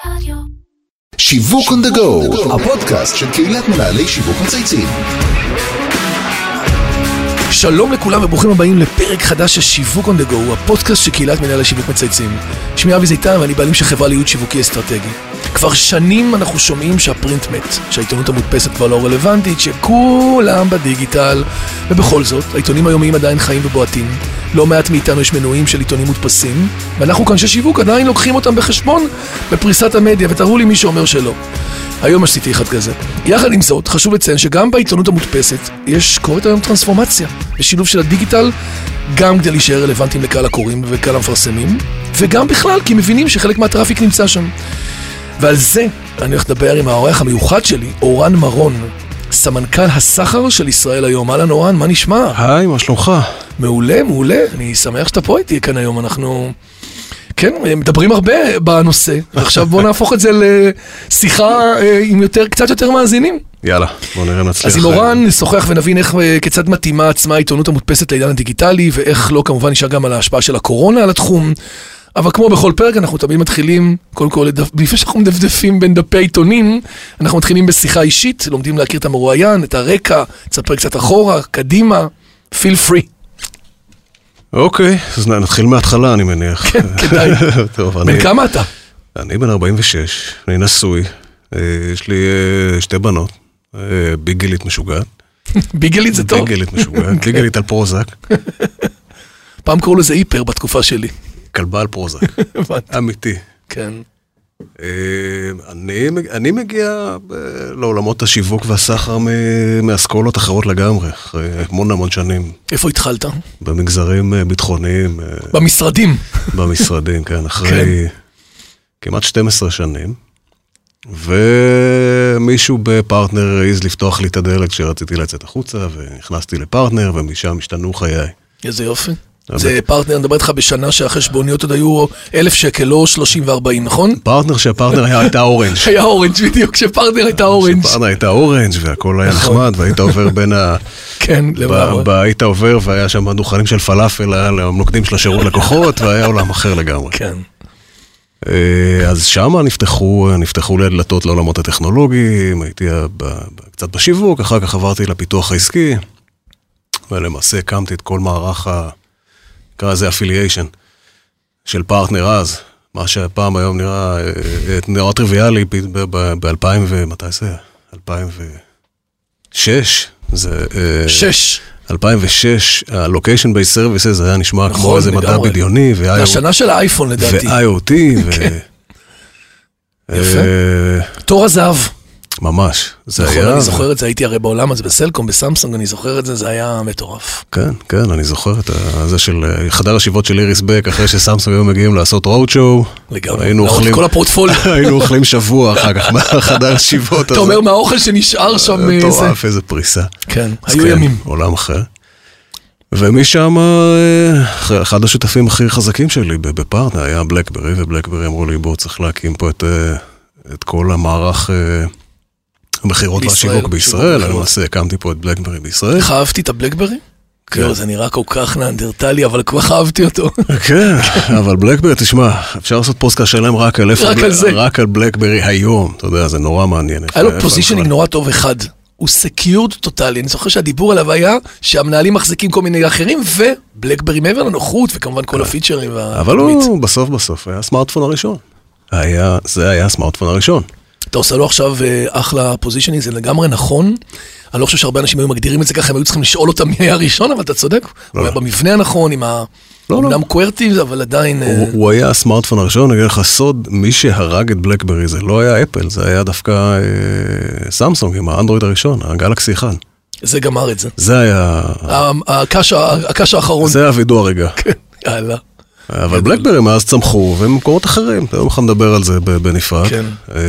שיווק on the go, הפודקאסט של קהילת מנהלי שיווק מצייצים. שלום לכולם וברוכים הבאים לפרק חדש של שיווק on the go, הפודקאסט של קהילת מנהלי שיווק מצייצים. שמי אבי זיתן ואני בעלים של חברה לייעוץ שיווקי אסטרטגי. כבר שנים אנחנו שומעים שהפרינט מת, שהעיתונות המודפסת כבר לא רלוונטית, שכולם בדיגיטל, ובכל זאת, העיתונים היומיים עדיין חיים ובועטים. לא מעט מאיתנו יש מנויים של עיתונים מודפסים, ואנחנו כאן ששיווק עדיין לוקחים אותם בחשבון בפריסת המדיה, ותראו לי מי שאומר שלא. היום עשיתי אחד כזה. יחד עם זאת, חשוב לציין שגם בעיתונות המודפסת קורית היום טרנספורמציה, בשילוב של הדיגיטל, גם כדי להישאר רלוונטיים לקהל הקוראים וקהל המפרסמים, וגם בכלל כי מבינים שחלק מהטראפיק נמצא שם. ועל זה אני הולך לדבר עם האורח המיוחד שלי, אורן מרון, סמנכ"ל הסחר של ישראל היום. אהלן אורן, מה נשמע? היי, מה שלומך? מעולה, מעולה. אני שמח שאתה פה איתי כאן היום. אנחנו, כן, מדברים הרבה בנושא. עכשיו בוא נהפוך את זה לשיחה עם קצת יותר מאזינים. יאללה, בוא נראה נצליח. אז עם אורן נשוחח ונבין כיצד מתאימה עצמה העיתונות המודפסת לעידן הדיגיטלי, ואיך לא, כמובן נשאר גם על ההשפעה של הקורונה על התחום. אבל כמו בכל פרק, אנחנו תמיד מתחילים, קודם כל, לפני שאנחנו מדפדפים בין דפי עיתונים, אנחנו מתחילים בשיחה אישית, לומדים להכיר את המרואיין, את הרקע, תספר קצת אחורה, קדימה, feel free. אוקיי, אז נתחיל מההתחלה, אני מניח. כן, כדאי. בן כמה אתה? אני בן 46, אני נשוי, יש לי שתי בנות, ביגלית משוגעת. ביגלית זה טוב. ביגלית משוגעת, ביגלית על פרוזק. פעם קראו לזה היפר בתקופה שלי. כלבה על פרוזק, אמיתי. כן. אני מגיע לעולמות השיווק והסחר מאסכולות אחרות לגמרי, אחרי המון שנים. איפה התחלת? במגזרים ביטחוניים. במשרדים. במשרדים, כן, אחרי כמעט 12 שנים. ומישהו בפרטנר העז לפתוח לי את הדלת כשרציתי לצאת החוצה, ונכנסתי לפרטנר, ומשם השתנו חיי. איזה יופי. זה פרטנר, אני מדבר איתך בשנה שהחשבוניות עוד היו 1,000 שקל, לא 30 ו-40, נכון? פרטנר שהפרטנר הייתה אורנג'. היה אורנג' בדיוק, שפרטנר הייתה אורנג'. שפרטנר הייתה אורנג' והכל היה נחמד, והיית עובר בין כן, לבוא. היית עובר והיה שם דוכנים של פלאפל, היה למוקדים של השירות לקוחות, והיה עולם אחר לגמרי. כן. אז שם נפתחו לי הדלתות לעולמות הטכנולוגיים, הייתי קצת בשיווק, אחר כך עברתי לפיתוח העסקי, ולמעשה הקמתי את כל מערך נקרא לזה אפיליישן של פרטנר אז, מה שהפעם היום נראה טריוויאלי ב-2000 ומתי זה? 2006? זה 2006, ה-Location Based Services, זה היה נשמע כמו איזה מדע בדיוני, זה השנה של האייפון לדעתי. ו-IoT, יפה. תור הזהב. ממש. נכון, אני זוכר את זה, הייתי הרי בעולם הזה בסלקום, בסמסונג, אני זוכר את זה, זה היה מטורף. כן, אני זוכר את זה של חדר השיבות של איריס בק, אחרי שסמסונג היו מגיעים לעשות רוד שואו. לגמרי, כל הפורטפוליו. היינו אוכלים שבוע אחר כך מהחדר השיבות הזה. אתה אומר מהאוכל שנשאר שם איזה... טורף, איזה פריסה. כן, היו ימים. עולם אחר. ומשם, אחד השותפים הכי חזקים שלי בפרטנר היה בלקברי, ובלקברי אמרו לי, בוא צריך להקים פה את כל המערך המחירות והשיווק בישראל, אני למעשה הקמתי פה את בלקברי בישראל. איך אהבתי את הבלקברי? כן. זה נראה כל כך נאנדרטלי, אבל כל כך אהבתי אותו. כן, אבל בלקברי, תשמע, אפשר לעשות פוסטקאסט שלהם רק על בלקברי היום, אתה יודע, זה נורא מעניין. היה לו פוזישנינג נורא טוב אחד, הוא סקיורד טוטלי, אני זוכר שהדיבור עליו היה שהמנהלים מחזיקים כל מיני אחרים, ובלקברי מעבר לנוחות, וכמובן כל הפיצ'רים. אבל הוא בסוף היה הסמארטפון הראשון. זה היה הסמארטפון הראשון. אתה עושה לו עכשיו אחלה פוזישנינג, זה לגמרי נכון. אני לא חושב שהרבה אנשים היו מגדירים את זה ככה, הם היו צריכים לשאול אותם מי היה הראשון, אבל אתה צודק. הוא היה במבנה הנכון, עם אמנם קוורטי, אבל עדיין... הוא היה הסמארטפון הראשון, אני אגיד לך סוד, מי שהרג את בלקברי, זה לא היה אפל, זה היה דווקא סמסונג, עם האנדרואיד הראשון, הגלקסי 1. זה גמר את זה. זה היה... הקש האחרון. זה היה וידוא הרגע. כן, יאללה. אבל בלקברי מאז צמחו, ומקומות אחרים, אתה לא יכול לדבר על זה בנפרד. כן.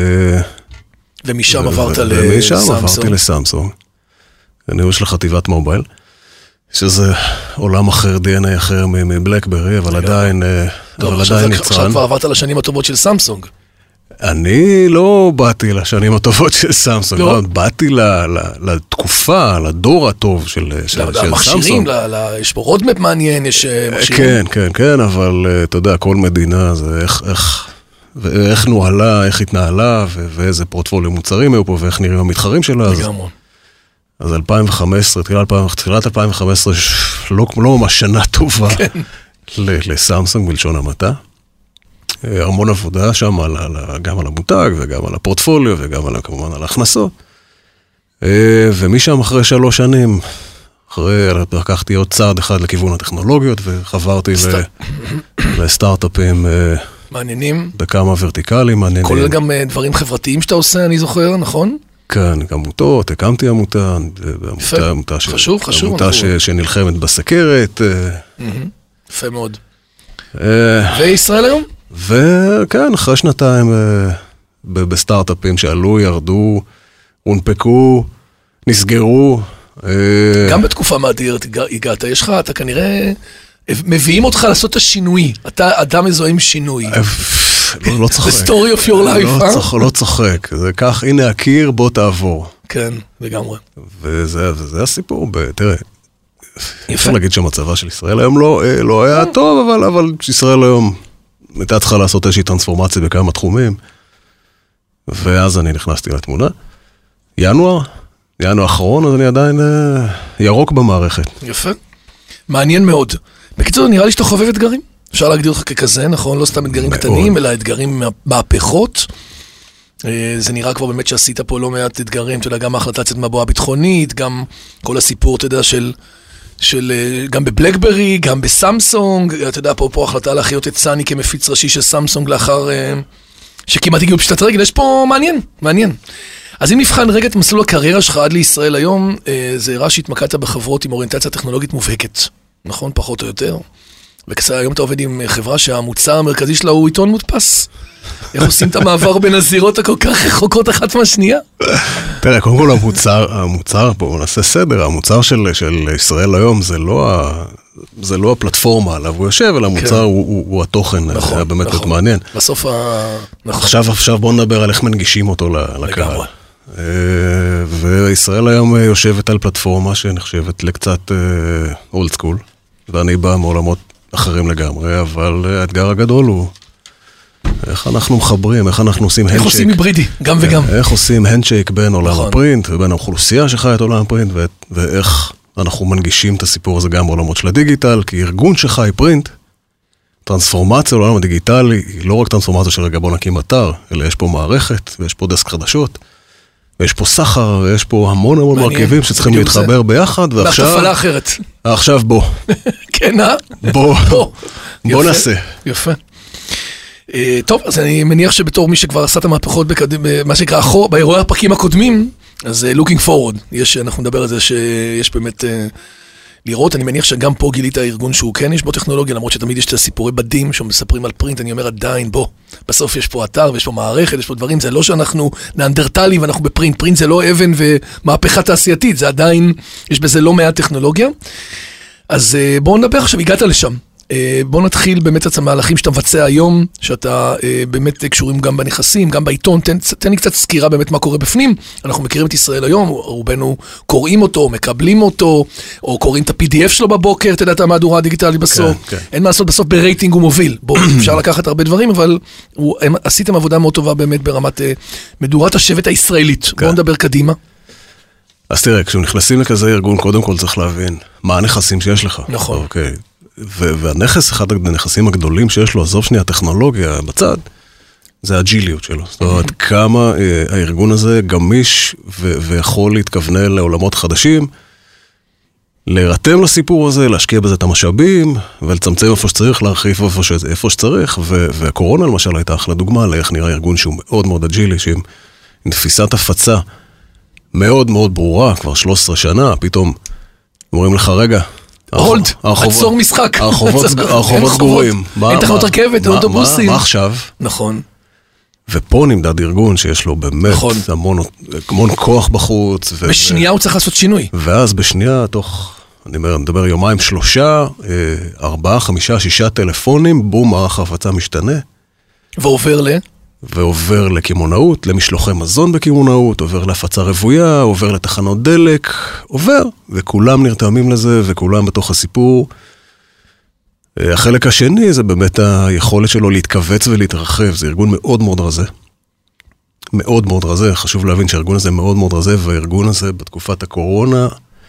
ומשם עברת לסמסונג. ומשם עברתי לסמסונג. ניהול של חטיבת מובייל, שזה עולם אחר, DNA אחר מבלקברי, אבל עדיין יצרן. עכשיו כבר עברת לשנים הטובות של סמסונג. אני לא באתי לשנים הטובות של סמסונג, באתי לתקופה, לדור הטוב של סמסונג. למכשירים, יש פה רודמפ מעניין, יש מכשירים. כן, אבל אתה יודע, כל מדינה זה ואיך נוהלה, איך התנהלה, ואיזה פורטפוליו מוצרים היו פה, ואיך נראים המתחרים שלה. לגמרי. אז 2015, תחילת 2015, לא ממש שנה טובה לסמסונג בלשון המעטה. המון עבודה שם, גם על המותג, וגם על הפורטפוליו, וגם כמובן על ההכנסות. ומשם אחרי 3 שנים, לקחתי עוד צעד אחד לכיוון הטכנולוגיות, וחברתי לסטארט-אפים מעניינים. בכמה ורטיקלים מעניינים. כולל גם דברים חברתיים שאתה עושה, אני זוכר, נכון? כן, גם עמותות, הקמתי עמותה, עמותה שנלחמת בסכרת. יפה מאוד. וישראל היום? וכן, אחרי 2 בסטארט-אפים שעלו, ירדו, הונפקו, נסגרו. גם בתקופה מאדירת הגעת, יש לך, אתה כנראה, מביאים אותך לעשות את השינוי, אתה אדם מזוהה עם שינוי. לא צוחק. The story of your life, לא צוחק, זה כך, הנה הקיר, בוא תעבור. כן, לגמרי. וזה הסיפור, תראה, אפשר להגיד שהמצבה של ישראל היום לא היה טוב, אבל ישראל היום הייתה צריכה לעשות איזושהי טרנספורמציה בכמה תחומים, ואז אני נכנסתי לתמונה. ינואר האחרון, אז אני עדיין ירוק במערכת. יפה. מעניין מאוד. בקיצור, נראה לי שאתה חובב אתגרים. אפשר להגדיר אותך ככזה, נכון? לא סתם אתגרים קטנים, אלא אתגרים מהפכות. זה נראה כבר באמת שעשית פה לא מעט אתגרים, אתה יודע, גם ההחלטה לצאת מהבועה הביטחונית, גם כל הסיפור, אתה יודע, גם בבלקברי, גם בסמסונג, אתה יודע, פה החלטה להחיות את סני כמפיץ ראשי של סמסונג לאחר שכמעט הגיעו פשטת רגל. יש פה מעניין. אז אם נבחן רגע את מסלול הקריירה שלך עד לישראל היום, זה הראה שהתמקדת בחברות עם אוריינטציה טכנולוגית מובהקת, נכון? פחות או יותר. והיום אתה עובד עם חברה שהמוצר המרכזי שלה הוא עיתון מודפס. איך עושים את המעבר בין הזירות הכל כך רחוקות אחת מהשנייה? תראה, קודם כל המוצר פה, נעשה סדר, המוצר של ישראל היום זה לא הפלטפורמה עליו הוא יושב, אלא המוצר הוא התוכן, זה היה באמת מאוד מעניין. בסוף עכשיו בואו נדבר על איך מנגישים אותו לקהל. וישראל היום יושבת על פלטפורמה שנחשבת לקצת אולד סקול, ואני בא מעולמות אחרים לגמרי, אבל האתגר הגדול הוא איך אנחנו מחברים, איך אנחנו עושים הנדשייק. איך עושים היברידי, גם וגם. איך עושים הנדשייק בין עולם הפרינט ובין האוכלוסייה שחיה את עולם הפרינט, ואיך אנחנו מנגישים את הסיפור הזה גם בעולמות של הדיגיטל, כי ארגון שחי פרינט, טרנספורמציה לעולם הדיגיטלי, היא לא רק טרנספורמציה של רגע בוא נקים אתר, אלא יש פה מערכת, ויש פה דסק חדשות, ויש פה סחר, ויש פה המון מרכיבים שצריכים להתחבר ביחד, ועכשיו... בהפעלה אחרת. עכשיו בוא. כן, בוא נעשה. יפה. טוב, אז אני מניח שבתור מי שכבר עשה את המהפכות מה שנקרא אחור, באירועי הפרקים הקודמים, אז looking forward, אנחנו נדבר על זה שיש באמת לראות, אני מניח שגם פה גילית הארגון שהוא כן יש בו טכנולוגיה, למרות שתמיד יש את הסיפורי בדים שמספרים על פרינט, אני אומר עדיין בוא, בסוף יש פה אתר ויש פה מערכת, יש פה דברים, זה לא שאנחנו נאנדרטלים ואנחנו בפרינט, פרינט זה לא אבן ומהפכה תעשייתית, זה עדיין, יש בזה לא מעט טכנולוגיה, אז בואו נדבר עכשיו, הגעת לשם. בואו נתחיל באמת את המהלכים שאתה מבצע היום, שאתה באמת קשורים גם בנכסים, גם בעיתון, תן לי קצת סקירה באמת מה קורה בפנים. אנחנו מכירים את ישראל היום, רובנו קוראים אותו, מקבלים אותו, או קוראים את ה-PDF שלו בבוקר, אתה יודע את המהדורה הדיגיטלית בסוף. כן. אין מה לעשות, בסוף ברייטינג הוא מוביל. בואו, אפשר לקחת הרבה דברים, אבל עשיתם עבודה מאוד טובה באמת ברמת מדורת השבט הישראלית. כן. בואו נדבר קדימה. אז תראה, כשנכנסים לכזה ארגון, קודם כל צריך להבין מה הנכסים שיש לך. נכון. אוקיי. והנכס, אחד הנכסים הגדולים שיש לו, עזוב שנייה הטכנולוגיה בצד, זה הג'יליות שלו. זאת אומרת, כמה הארגון הזה גמיש ויכול להתכוונן לעולמות חדשים, להירתם לסיפור הזה, להשקיע בזה את המשאבים, ולצמצם איפה שצריך, להרחיב איפה שצריך, והקורונה למשל הייתה אחלה דוגמה לאיך נראה ארגון שהוא מאוד מאוד אג'ילי, שעם תפיסת הפצה מאוד מאוד ברורה, כבר 13 שנה, פתאום אומרים לך, רגע, הולד, עצור משחק. הרחובות סגורים. אין תחנות רכבת, אוטובוסים. מה עכשיו? נכון. ופה נמדד ארגון שיש לו באמת המון כוח בחוץ. בשנייה הוא צריך לעשות שינוי. ואז בשנייה, תוך, אני מדבר יומיים 3, 4, 5, 6 טלפונים, בום, מערך ההפצה משתנה. ועובר לכימונאות, למשלוחי מזון בכימונאות, עובר להפצה רבויה, עובר לתחנות דלק, עובר, וכולם נרתמים לזה, וכולם בתוך הסיפור. החלק השני זה באמת היכולת שלו להתכווץ ולהתרחב, זה ארגון מאוד מאוד רזה. מאוד מאוד רזה, חשוב להבין שהארגון הזה מאוד מאוד רזה, והארגון הזה בתקופת הקורונה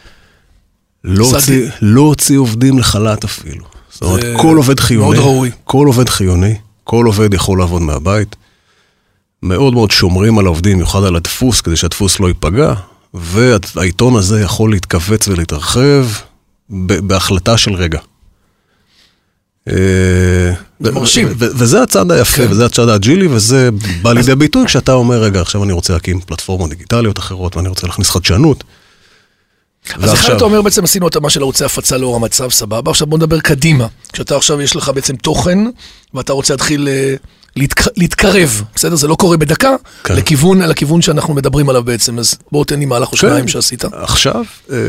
לא הוציא עובדים לחל"ת אפילו. זאת אומרת, כל עובד חיוני, כל עובד חיוני, כל עובד יכול לעבוד מהבית. מאוד מאוד שומרים על העובדים, במיוחד על הדפוס, כדי שהדפוס לא ייפגע, והעיתון הזה יכול להתכווץ ולהתרחב בהחלטה של רגע. זה מרשים. וזה הצד היפה, וזה הצד האג'ילי, וזה בא לידי ביטוי כשאתה אומר, רגע, עכשיו אני רוצה להקים פלטפורמות דיגיטליות אחרות, ואני רוצה להכניס חדשנות. אז איך אתה אומר, בעצם עשינו את מה של ערוצי הפצה לאור המצב, סבבה, עכשיו בוא נדבר קדימה. כשאתה עכשיו יש לך בעצם תוכן, ואתה רוצה להתחיל להתקרב, בסדר? זה לא קורה בדקה, לכיוון שאנחנו מדברים עליו בעצם, אז בואו תן לי מהלך או שניים שעשית. עכשיו,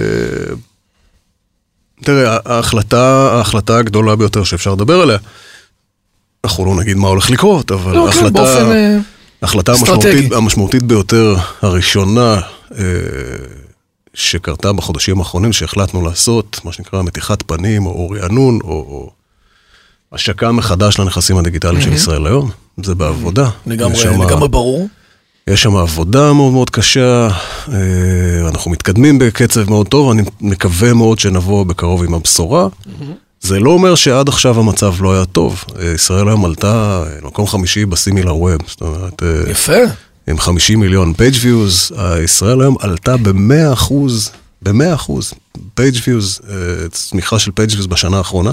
תראה, ההחלטה הגדולה ביותר שאפשר לדבר עליה, אנחנו לא נגיד מה הולך לקרות, אבל ההחלטה המשמעותית ביותר הראשונה שקרתה בחודשים האחרונים, שהחלטנו לעשות, מה שנקרא מתיחת פנים, או רענון, או השקה מחדש לנכסים הדיגיטליים של ישראל היום. זה בעבודה. לגמרי ברור. יש שם עבודה מאוד מאוד קשה, אנחנו מתקדמים בקצב מאוד טוב, אני מקווה מאוד שנבוא בקרוב עם הבשורה. זה לא אומר שעד עכשיו המצב לא היה טוב. ישראל היום עלתה מקום 5 בסימילר ווב, זאת אומרת... יפה. עם 50 מיליון page views, ישראל היום עלתה ב100%, page views, צמיחה של page views בשנה האחרונה.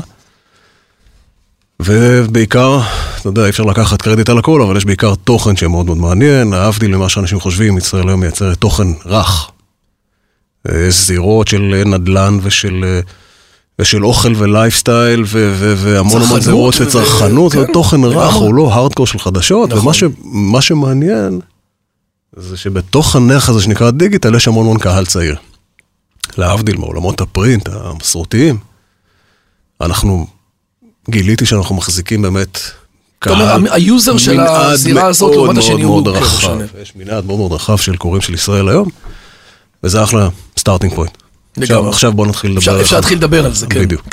ובעיקר, אתה יודע, אי אפשר לקחת קרדיט על הכל, אבל יש בעיקר תוכן שמאוד מאוד מעניין, להבדיל למה שאנשים חושבים, ישראל היום מייצרת תוכן רך. יש זירות של נדל"ן ושל אוכל ולייפסטייל, והמון המון זירות של צרכנות, זה תוכן רך, הוא לא הארדקור של חדשות, ומה שמעניין, זה שבתוך הנך הזה שנקרא דיגיטל, יש המון קהל צעיר. להבדיל מעולמות הפרינט, המסורתיים, גיליתי שאנחנו מחזיקים באמת קהל... זאת אומרת, היוזר של הזירה הזאת, לעומת השני הוא רחב. יש מנעד מאוד מאוד רחב של קוראים של ישראל היום, וזה אחלה סטארטינג פוינט. עכשיו בואו נתחיל לדבר. אפשר להתחיל לדבר על זה, כן. בדיוק.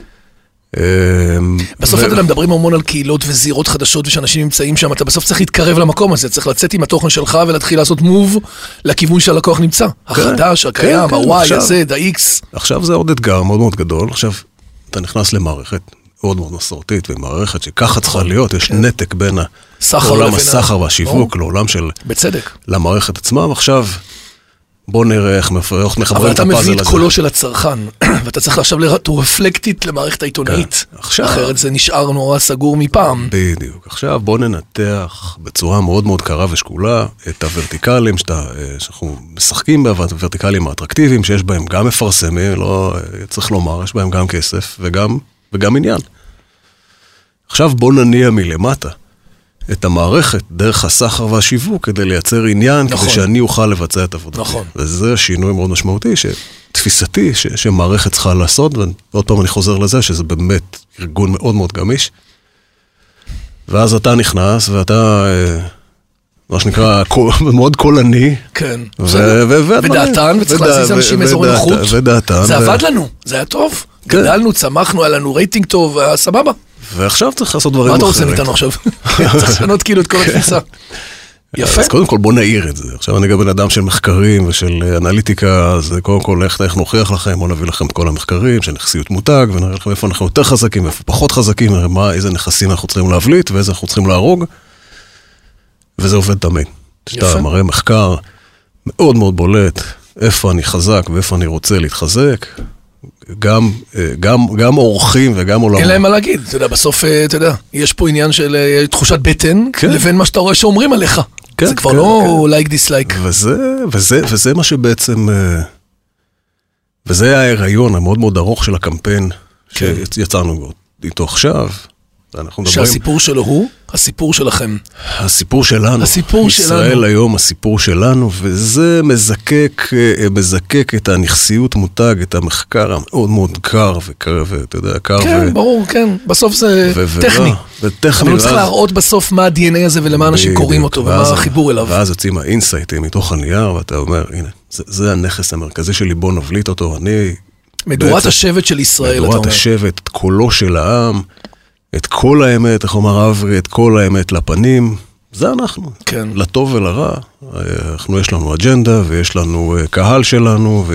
בסוף אתה מדברים המון על קהילות וזירות חדשות, ושאנשים נמצאים שם, אתה בסוף צריך להתקרב למקום הזה, צריך לצאת עם התוכן שלך ולהתחיל לעשות מוב לכיוון שהלקוח נמצא. החדש, הקיים, ה-Y, ה-Z, ה-X. עכשיו זה עוד אתגר מאוד מאוד גדול. עכשיו אתה נכנס למערכת מאוד מאוד מסורתית, ומערכת שככה צריכה להיות, יש נתק בין עולם הסחר והשיווק לעולם של... בצדק. למערכת עצמם. עכשיו, בוא נראה איך מחברים את הפאזל הזה. אבל אתה מביא את קולו של הצרכן, ואתה צריך עכשיו to reflect it למערכת העיתונאית. אחרת זה נשאר נורא סגור מפעם. בדיוק. עכשיו בוא ננתח בצורה מאוד מאוד קרה ושקולה את הוורטיקלים שאנחנו משחקים בה, הוורטיקלים האטרקטיביים, שיש בהם גם מפרסמים, לא צריך לומר, יש בהם גם כסף וגם עניין. עכשיו בוא נניע מלמטה את המערכת דרך הסחר והשיווק כדי לייצר עניין, כדי שאני אוכל לבצע את עבודתי. וזה שינוי מאוד משמעותי, תפיסתי, שמערכת צריכה לעשות, ועוד פעם אני חוזר לזה, שזה באמת ארגון מאוד מאוד גמיש. ואז אתה נכנס, ואתה, מה שנקרא, מאוד קולני. כן. ודעתן, וצריך להזיז אנשים מאזורי נוחות. ודעתן. זה עבד לנו, זה היה טוב. גדלנו, צמחנו, היה לנו רייטינג טוב, סבבה. ועכשיו צריך לעשות דברים אחרים. מה אתה אחרים. רוצה מאיתנו עכשיו? צריך לשנות כאילו את כל התפיסה. יפה. אז קודם כל בוא נעיר את זה. עכשיו אני גם בן אדם של מחקרים ושל אנליטיקה, אז קודם כל איך נוכיח לכם, בוא נביא לכם את כל המחקרים של נכסיות מותג, ונראה לכם איפה אנחנו יותר חזקים, איפה פחות חזקים, איזה נכסים אנחנו צריכים להבליט, ואיזה אנחנו צריכים להרוג. וזה עובד תמיד. שאתה מראה מחקר מאוד מאוד בולט, איפה אני חזק ואיפה אני רוצה להתחזק. גם אורחים וגם עולמות. אין להם מה להגיד, אתה יודע, בסוף, אתה יודע, יש פה עניין של תחושת בטן, לבין מה שאתה רואה שאומרים עליך. זה כבר לא לייק דיסלייק. וזה מה שבעצם, וזה ההיריון המאוד מאוד ארוך של הקמפיין, שיצרנו איתו עכשיו. שהסיפור שלו הוא הסיפור שלכם. הסיפור שלנו. הסיפור שלנו. ישראל היום הסיפור שלנו, וזה מזקק את הנכסיות מותג, את המחקר המאוד מאוד קר, ואתה יודע, קר. כן, ברור, כן. בסוף זה טכני. אבל הוא צריך להראות בסוף מה ה-DNA הזה ולמה אנשים קוראים אותו, ומה החיבור אליו. ואז יוצאים האינסייטים מתוך הנייר, ואתה אומר, הנה, זה הנכס המרכזי שלי, בוא נבליט אותו, מדורת השבט של ישראל, אתה אומר. מדורת השבט, את קולו של העם, את כל האמת, איך אומר אברי, את כל האמת לפנים, זה אנחנו. כן. לטוב ולרע. יש לנו אג'נדה, ויש לנו קהל שלנו,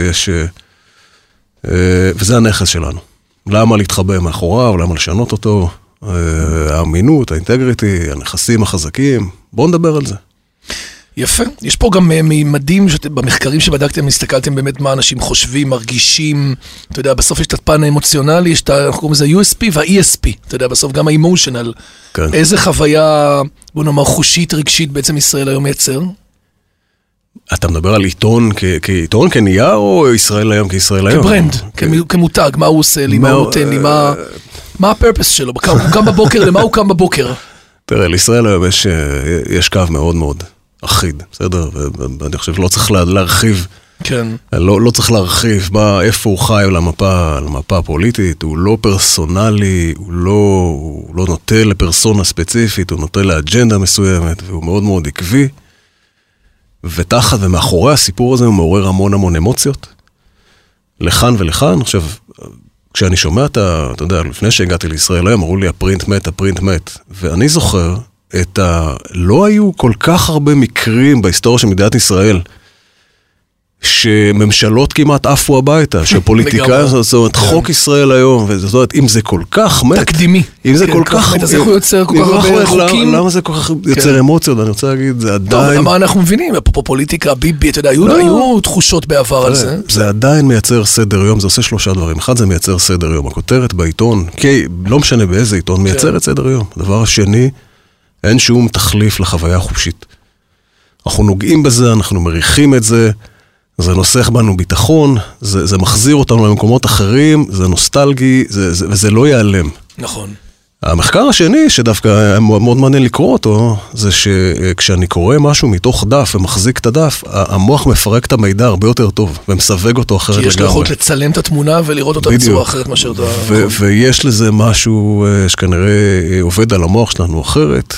וזה הנכס שלנו. למה להתחבא מאחוריו, למה לשנות אותו, האמינות, האינטגריטי, הנכסים החזקים, בואו נדבר על זה. יפה. יש פה גם מימדים במחקרים שבדקתם, הסתכלתם באמת מה אנשים חושבים, מרגישים, אתה יודע, בסוף יש את הפן האמוציונלי, יש את, אנחנו קוראים לזה USP וה-ESP, אתה יודע, בסוף גם האמושיונל. כן. איזה חוויה, בוא נאמר, חושית, רגשית, בעצם ישראל היום מייצר? אתה מדבר על עיתון כעיתון, כנייר, או ישראל היום כישראל היום? כברנד, כמותג, מה הוא עושה לי, מה הוא נותן לי, מה הפרפס שלו, הוא קם בבוקר, למה הוא קם בבוקר? תראה, לישראל היום יש קו מאוד מאוד אחיד, בסדר? ואני חושב, לא צריך להרחיב, כן. לא צריך להרחיב איפה הוא חי על המפה הפוליטית, הוא לא פרסונלי, הוא לא נוטה לפרסונה ספציפית, הוא נוטה לאג'נדה מסוימת, והוא מאוד מאוד עקבי, ותחת ומאחורי הסיפור הזה הוא מעורר המון המון אמוציות, לכאן ולכאן. עכשיו, כשאני שומע אתה יודע, לפני שהגעתי לישראל, אמרו לי, הפרינט מת, ואני זוכר לא היו כל כך הרבה מקרים בהיסטוריה של מדינת ישראל, שממשלות כמעט עפו הביתה, שפוליטיקאים, זאת אומרת, חוק ישראל היום, זאת אומרת, אם זה כל כך מת, תקדימי. אם זה כל כך, אז איך הוא יוצר כל כך הרבה חוקים? למה זה כל כך יוצר אמוציות? אני רוצה להגיד, זה עדיין... טוב, מה אנחנו מבינים? אפרופו פוליטיקה, ביבי, אתה יודע, היו תחושות בעבר על זה. זה עדיין מייצר סדר יום, זה עושה 3 דברים. אחד, זה מייצר סדר יום. הכותרת בעיתון, לא משנה באיזה עיתון, מייצרת סדר יום. הדבר השני, אין שום תחליף לחוויה החושית. אנחנו נוגעים בזה, אנחנו מריחים את זה, זה נוסח בנו ביטחון, זה מחזיר אותנו למקומות אחרים, זה נוסטלגי, וזה לא ייעלם. נכון. המחקר השני, שדווקא היה מאוד מעניין לקרוא אותו, זה שכשאני קורא משהו מתוך דף ומחזיק את הדף, המוח מפרק את המידע הרבה יותר טוב, ומסווג אותו אחרת לגמרי. כי יש לו יכולת לצלם את התמונה ולראות אותה בצורה אחרת מאשר אתה... ויש לזה משהו שכנראה עובד על המוח שלנו אחרת,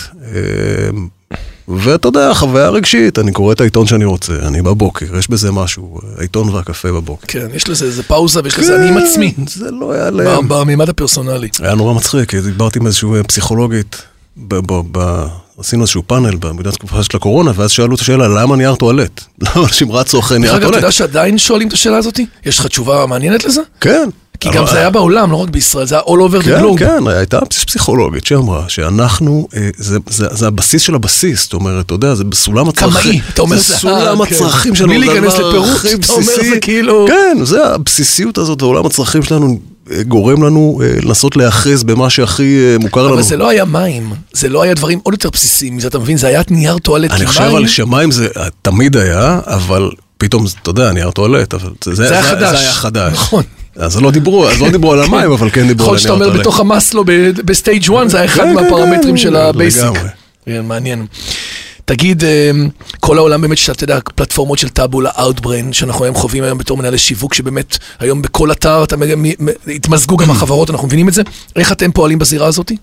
ואתה יודע, חוויה רגשית, אני קורא את העיתון שאני רוצה, אני בבוקר, יש בזה משהו, העיתון והקפה בבוקר. כן, יש לזה איזה פאוזה, ויש לזה אני עם עצמי. זה לא יעלם. בממד הפרסונלי. היה נורא מצחיק, דיברתי עם איזשהו פסיכולוגית, עשינו איזשהו פאנל במדינת תקופה של הקורונה, ואז שאלו את השאלה, למה נייר טואלט? למה אנשים רצו אחרי נייר טואלט? אתה יודע שעדיין שואלים את השאלה הזאת? יש לך תשובה מעניינת לזה? כן. כי גם זה היה בעולם, לא רק בישראל, זה היה all over the globe. כן, הייתה פסיכולוגית שאמרה שאנחנו, זה הבסיס של הבסיס, זאת אומרת, אתה יודע, זה בסולם הצרכים. קמאי, אתה אומר, זה סולם הצרכים שלנו. בלי להיכנס לפירוט, אתה אומר, זה כאילו... כן, זה הבסיסיות הזאת, ועולם הצרכים שלנו גורם לנו לנסות להאחז במה שהכי מוכר לנו. אבל זה לא היה מים, זה לא היה דברים עוד יותר בסיסיים, אתה מבין, זה היה נייר טואלט. אני חושב על שמים זה תמיד היה, אבל פתאום, אתה יודע, נייר טואלט, אבל זה היה חדש. נכון. אז לא דיברו על המים, אבל כן דיברו על הנייר טואלט. יכול שאתה אומר בתוך המסלו בסטייג' 1, זה היה אחד מהפרמטרים של הבייסיק. מעניין. תגיד, כל העולם באמת שאתה יודע, פלטפורמות של טאבולה, Outbrain, שאנחנו היום חווים היום בתור מנהלי שיווק, שבאמת היום בכל אתר, התמזגו גם החברות, אנחנו מבינים את זה. איך אתם פועלים בזירה הזאת?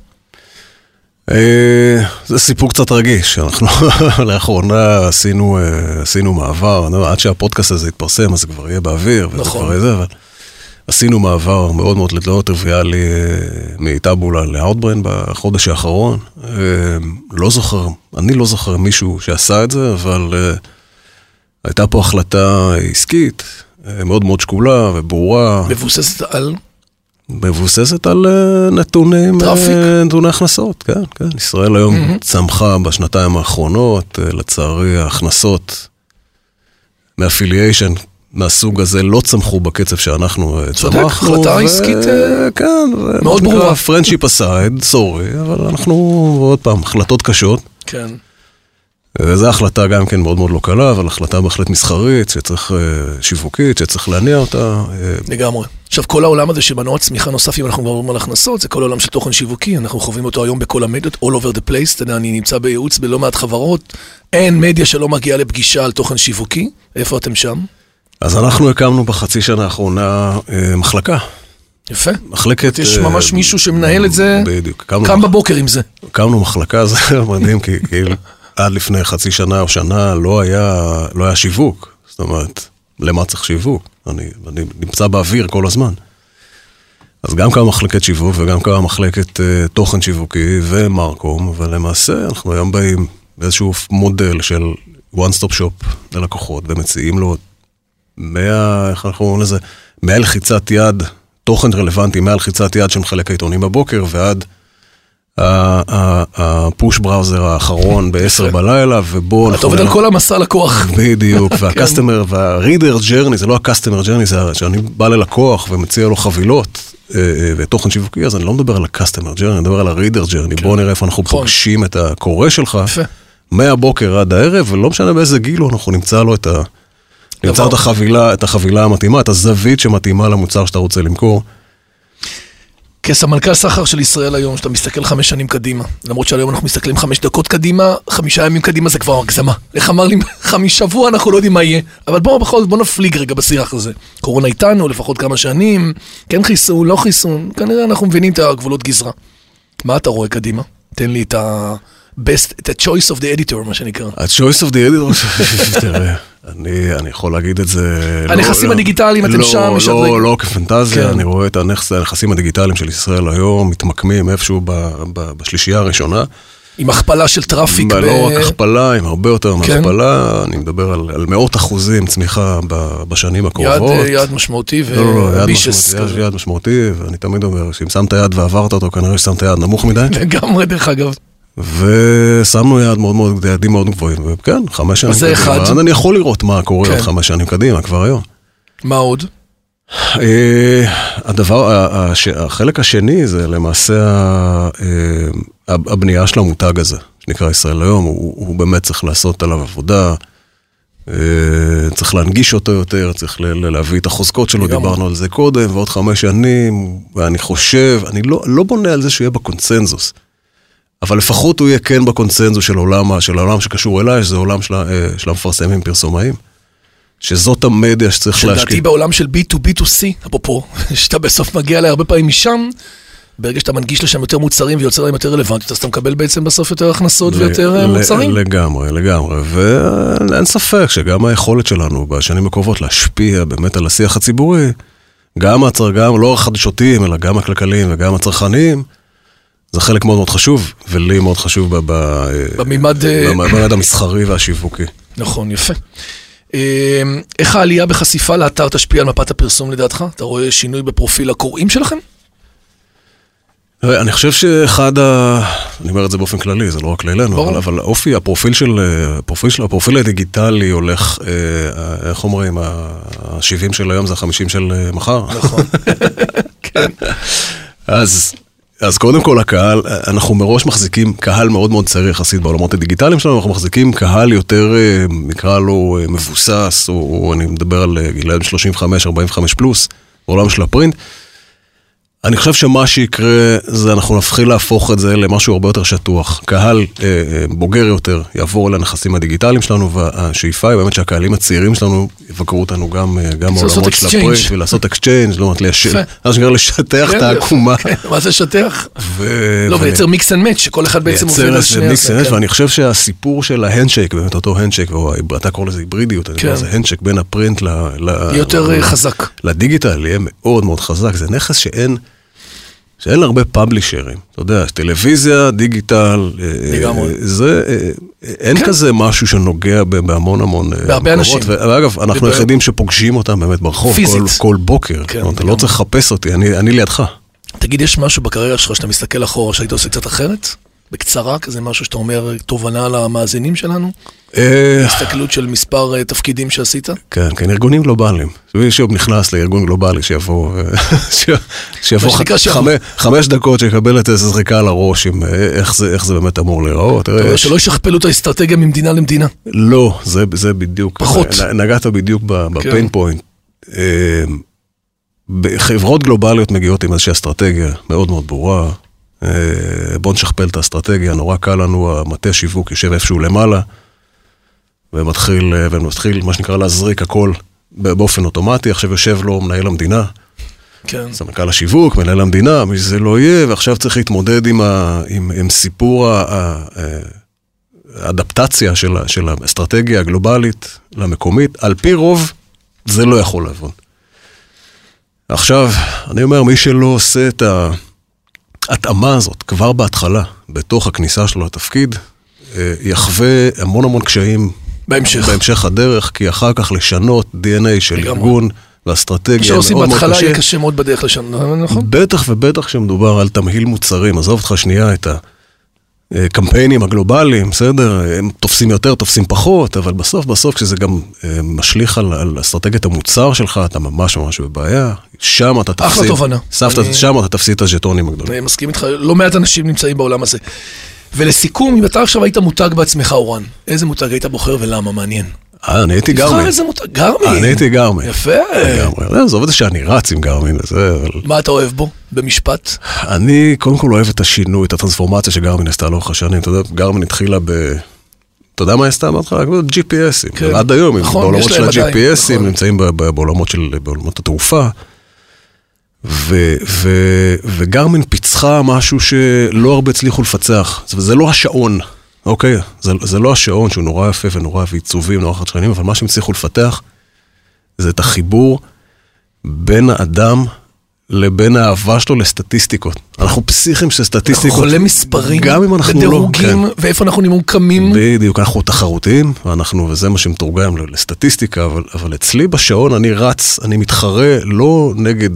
זה סיפור קצת רגיש, אנחנו לאחרונה עשינו מעבר, עד שהפודקאסט הזה יתפרסם, אז זה כבר יהיה באוויר, אבל עשינו מעבר מאוד מאוד לא טריוויאלי מטאבולה ל-Outbrain בחודש האחרון. אני לא זוכר מישהו שעשה את זה, אבל הייתה פה החלטה עסקית, מאוד מאוד שקולה וברורה. מבוססת על נתוני הכנסות, כן. ישראל היום צמחה בשנתיים האחרונות, לצערי ההכנסות מאפיליישן, מהסוג הזה לא צמחו בקצב שאנחנו צמחנו. החלטה עסקית מאוד ברורה. פרנצ'יפ אסייד, סורי, אבל אנחנו עוד פעם, החלטות קשות. כן. וזו החלטה גם כן מאוד מאוד לא קלה, אבל החלטה בהחלט מסחרית, שצריך שיווקית, שצריך להניע אותה. לגמרי. עכשיו, כל העולם הזה של מנוע צמיחה נוסף, אם אנחנו מדברים על הכנסות, זה כל העולם של תוכן שיווקי, אנחנו חווים אותו היום בכל המדיות, all over the place, אתה יודע, אני נמצא בייעוץ בלא מעט חברות, אין מדיה שלא מגיעה לפגישה על תוכן שיווקי, איפה אתם שם? אז אנחנו הקמנו בחצי שנה האחרונה מחלקה. יפה. מחלקת... יש ממש מישהו שמנהל את זה, בדיוק. קם בבוקר עם זה. הקמנו מחלקה, זה מדהים, כי עד לפני חצי שנה או שנה לא היה שיווק. זאת אומרת, למה צריך שיווק? אני נמצא באוויר כל הזמן. אז גם כמה מחלקת שיווק וגם כמה מחלקת תוכן שיווקי ומרקום, ולמעשה אנחנו היום באים באיזשהו מודל של one stop shop ללקוחות, ומציעים לו 100, איך אנחנו אומרים לזה, 100 לחיצת יד, תוכן רלוונטי, 100 לחיצת יד שמחלק העיתונים בבוקר, ועד הפוש בראוזר האחרון ב-10 בלילה, ובו... אתה עובד על כל המסע לקוח. בדיוק, והקסטומר, והרידר ג'רני, זה לא הקסטומר ג'רני, זה שאני בא ללקוח ומציע לו חבילות, ותוכן שיווקי, אז אני לא מדבר על הקסטומר ג'רני, אני מדבר על הרידר ג'רני, בואו נראה איפה אנחנו פוגשים את הקורא שלך, מהבוקר עד הערב, ולא משנה באיזה גילו, אנחנו נמצא לו את החבילה המתאימה, את הזווית שמתאימה למוצר שאתה רוצה למכור. כסמנכ"ל סחר של ישראל היום, שאתה מסתכל 5 שנים קדימה, למרות שהיום אנחנו מסתכלים 5 דקות קדימה, 5 ימים קדימה זה כבר הגזמה. איך אמר לי, 5 שבוע אנחנו לא יודעים מה יהיה. אבל בוא נפליג רגע בשיח הזה. קורונה איתנו, לפחות כמה שנים, כן חיסון, לא חיסון, כנראה אנחנו מבינים את הגבולות גזרה. מה אתה רואה קדימה? תן לי את את ה-choice of the editor, מה שנקרא. ה-choice of the editor, תראה, אני יכול להגיד את זה... הנכסים הדיגיטליים, אתם שם, משדרג. לא כפנטזיה, אני רואה את הנכסים הדיגיטליים של ישראל היום, מתמקמים איפשהו בשלישייה הראשונה. עם הכפלה של טראפיק. לא רק הכפלה, עם הרבה יותר מהכפלה, אני מדבר על 100% צמיחה בשנים הקרובות. יעד משמעותי ובישס. יעד משמעותי, ואני תמיד אומר, שאם שמת יד ועברת אותו, כנראה ששמת יד נמוך מדי. לגמרי דרך אגב. ושמנו יעדים מאוד גבוהים, וכן, 5 שנים קדימה. אני יכול לראות מה קורה עוד 5 שנים קדימה, כבר היום. מה עוד? החלק השני זה למעשה הבנייה של המותג הזה, שנקרא ישראל היום, הוא באמת צריך לעשות עליו עבודה, צריך להנגיש אותו יותר, צריך להביא את החוזקות שלו, דיברנו על זה קודם, ועוד 5 שנים, ואני חושב, אני לא בונה על זה שיהיה בקונצנזוס, אבל לפחות הוא יהיה כן בקונצנזוס של העולם שקשור אליי, שזה העולם של המפרסמים פרסומאים, שזאת המדיה שצריך להשקיע. שלדעתי בעולם של B2B2C, אפרופו, שאתה בסוף מגיע לה הרבה פעמים משם, ברגע שאתה מנגיש לשם יותר מוצרים ויוצר להם יותר רלוונטיות, אז אתה מקבל בעצם בסוף יותר הכנסות ויותר מוצרים. לגמרי, ואין ספק שגם היכולת שלנו בשנים הקרובות להשפיע באמת על השיח הציבורי, גם לא החדשותיים, אלא גם הכלכליים וגם הצרכניים, זה חלק מאוד מאוד חשוב, ולי מאוד חשוב בממד המסחרי והשיווקי. נכון, יפה. איך העלייה בחשיפה לאתר תשפיע על מפת הפרסום לדעתך? אתה רואה שינוי בפרופיל הקוראים שלכם? אני חושב אני אומר את זה באופן כללי, זה לא רק לילינו, אבל אופי, הפרופיל הדיגיטלי הולך, איך אומרים, ה-70 של היום זה ה-50 של מחר. נכון. כן. אז קודם כל הקהל, אנחנו מראש מחזיקים קהל מאוד מאוד צעיר יחסית בעולמות הדיגיטליים שלנו, אנחנו מחזיקים קהל יותר, נקרא לו מבוסס, או אני מדבר על גילאים 35-45 פלוס, בעולם של הפרינט. אני חושב שמה שיקרה זה אנחנו נתחיל להפוך את זה למשהו הרבה יותר שטוח. קהל בוגר יותר יעבור לנכסים הדיגיטליים שלנו, והשאיפה היא באמת שהקהלים הצעירים שלנו יבקרו אותנו גם בעולמות של הפרינט, ולעשות אקסצ'יינג', זאת אומרת, לשטח את העקומה. מה זה שטח? לא, ולייצר מיקס אנד מאץ', שכל אחד בעצם עובד על שני. ואני חושב שהסיפור של ההנדשייק, באמת אותו הנדשייק, ואתה קורא לזה היברידיות, זה הנדשייק בין הפרינט יותר חזק. לדיגיטל, יהיה מאוד מאוד חזק. זה נכס שאין הרבה פאבלישרים, אתה יודע, טלוויזיה, דיגיטל, אין כזה משהו שנוגע בהמון בהרבה אנשים. ואגב, אנחנו היחידים שפוגשים אותם באמת ברחוב, כל בוקר, אתה לא צריך לחפש אותי, אני לידך. תגיד, יש משהו בקריירה שלך שאתה מסתכל אחורה, שהיית עושה קצת אחרת? בקצרה, כזה משהו שאתה אומר תובנה למאזינים שלנו? הסתכלות של מספר תפקידים שעשית? כן, ארגונים גלובליים. מישהו נכנס לארגון גלובלי שיבוא 5 דקות שיקבל את איזה זריקה על הראש עם איך זה באמת אמור להיראות. שלא ישכפלו את האסטרטגיה ממדינה למדינה. לא, זה בדיוק. פחות. נגעת בדיוק בפיין פוינט. חברות גלובליות מגיעות עם איזושהי אסטרטגיה מאוד מאוד ברורה. בוא נשכפל את האסטרטגיה, נורא קל לנו, המטה שיווק יושב איפשהו למעלה, ומתחיל מה שנקרא להזריק הכל באופן אוטומטי. עכשיו יושב לו מנהל המדינה, סמנכ"ל השיווק, מנהל המדינה, מי שזה לא יהיה, ועכשיו צריך להתמודד עם סיפור האדפטציה של האסטרטגיה הגלובלית למקומית. על פי רוב זה לא יכול לעבוד. עכשיו, אני אומר, מי שלא עושה את ההתאמה הזאת כבר בהתחלה, בתוך הכניסה שלו לתפקיד, יחווה המון המון קשיים בהמשך הדרך, כי אחר כך לשנות DNA של ארגון ואסטרטגיה כשעושים בהתחלה יהיה קשה מאוד בדרך לשנות, נכון? בטח ובטח כשמדובר על תמהיל מוצרים, עזוב אותך שנייה את הקמפיינים הגלובליים, בסדר? הם תופסים יותר, תופסים פחות, אבל בסוף כשזה גם משליך על אסטרטגיית המוצר שלך, אתה ממש בבעיה, שם אתה תפסיד. אחלה תובנה. שם אתה תפסיד את הז'טונים הגדולים. אני מסכים איתך, לא מעט אנשים נמצאים בעולם הזה. ולסיכום, אם אתה עכשיו היית מותג בעצמך, אורן, איזה מותג היית בוחר ולמה? מעניין. אני הייתי גרמין. תבחר איזה מותג, גרמין. אני הייתי גרמין. יפה. זה עובד שאני רץ עם גרמין. מה אתה אוהב בו? במשפט? אני קודם כל אוהב את השינוי, את הטרנספורמציה שגרמין עשתה לאורך השנים. אתה יודע, גרמין התחילה אתה יודע מה היא עשתה? אמרתי לך, GPSים. עד היום, בעולמות של ה-GPSים, נמצאים בעולמות התעופה. וגרמין פיצחה משהו שלא הרבה הצליחו לפצח. זה לא השעון, אוקיי? זה לא השעון שהוא נורא יפה ונורא ועיצובים, נורא חדשניים, אבל מה שהם הצליחו לפתח זה את החיבור בין האדם לבין האהבה שלו לסטטיסטיקות. אנחנו פסיכים של סטטיסטיקות. אנחנו חולה מספרים, גם אם אנחנו בדירוגים, ואיפה אנחנו ממוקמים. בדיוק, אנחנו תחרותיים, וזה מה שמתורגם לסטטיסטיקה, אבל אצלי בשעון אני רץ, אני מתחרה לא נגד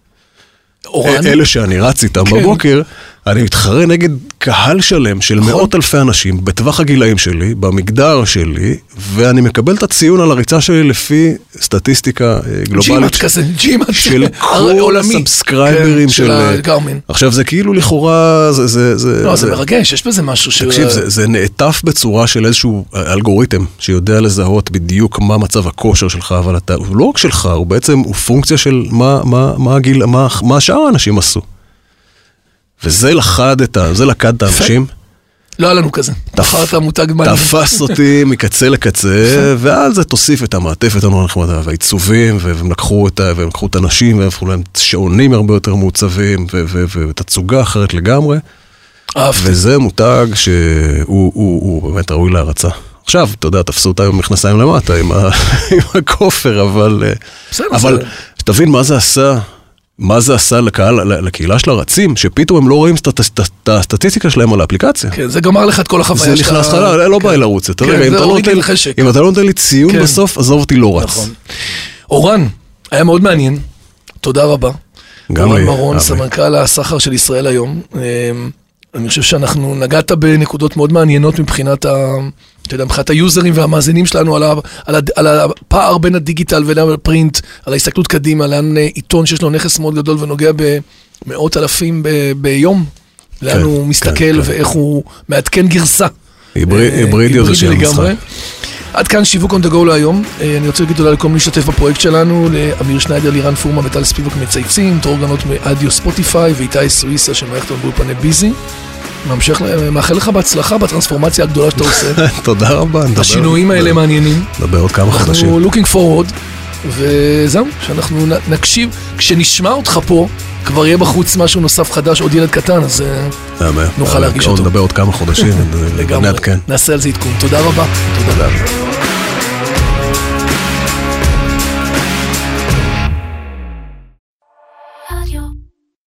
אלה שאני רץ איתם בבוקר, אני מתחרה נגד קהל שלם של מאות אלפי אנשים, בטווח הגילאים שלי, במגדר שלי, ואני מקבל את הציון על הריצה שלי לפי סטטיסטיקה גלובלית. ג'ימאט כזה, ג'ימאט של כל הסאבסקרייברים של גרמין. עכשיו זה כאילו לכאורה, לא, זה מרגש, יש בזה משהו ש... תקשיב, זה נעטף בצורה של איזשהו אלגוריתם, שיודע לזהות בדיוק מה מצב הכושר שלך, אבל הוא לא רק שלך, הוא בעצם פונקציה של מה שאר האנשים עשו. וזה לקד את האנשים. לא היה לנו כזה. בחרת מותג מעניין. תפס אותי מקצה לקצה, ועל זה תוסיף את המעטפת הנורא נחמדה, והעיצובים, והם לקחו את האנשים, והם הפכו להם שעונים הרבה יותר מעוצבים, ותצוגה אחרת לגמרי. וזה מותג שהוא באמת ראוי להרצה. עכשיו, אתה יודע, תפסו אותה עם מכנסיים למטה, עם הכופר, אבל שתבין מה זה עשה לקהילה של הרצים, שפתאום הם לא רואים את הסטטיסטיקה שלהם על האפליקציה. כן, זה גמר לך את כל החוויה. זה נכנס לך, לא בא לי לרוץ. אם אתה לא נותן לי ציון בסוף, עזוב אותי לא רץ. אורן, היה מאוד מעניין. תודה רבה. גם לי. אורן מרון, סמנכ"ל הסחר של ישראל היום. אני חושב שאנחנו נגעת בנקודות מאוד מעניינות מבחינת מבחינת היוזרים והמאזינים שלנו על הפער בין הדיגיטל והפרינט, על ההסתכלות קדימה, על עיתון שיש לו נכס מאוד גדול ונוגע במאות אלפים ביום, לאן הוא מסתכל ואיך הוא מעדכן גרסה. היברידיות זה שם המשחק. עד כאן שיווק on the go להיום. אני רוצה להגיד תודה לכל מי להשתתף בפרויקט שלנו, לאמיר שניידר, לירן פורמה, מטל ספיבוק מצייצים, תור גנות מאדיו ספוטיפיי, ואיתי סוויסה שמערכת לנו באולפני ביזי. מאחל לך בהצלחה בטרנספורמציה הגדולה שאתה עושה. תודה רבה. השינויים האלה מעניינים. נדבר עוד כמה חודשים. אנחנו looking forward, וזהו, שאנחנו נקשיב, כשנשמע אותך פה, כבר יהיה בחוץ משהו נוסף חדש, עוד ילד קטן, אז נוכל להרגיש אותו. נדבר עוד כמה חודשים, לגמרי, נעשה על זה עדכון. תודה רבה. תודה.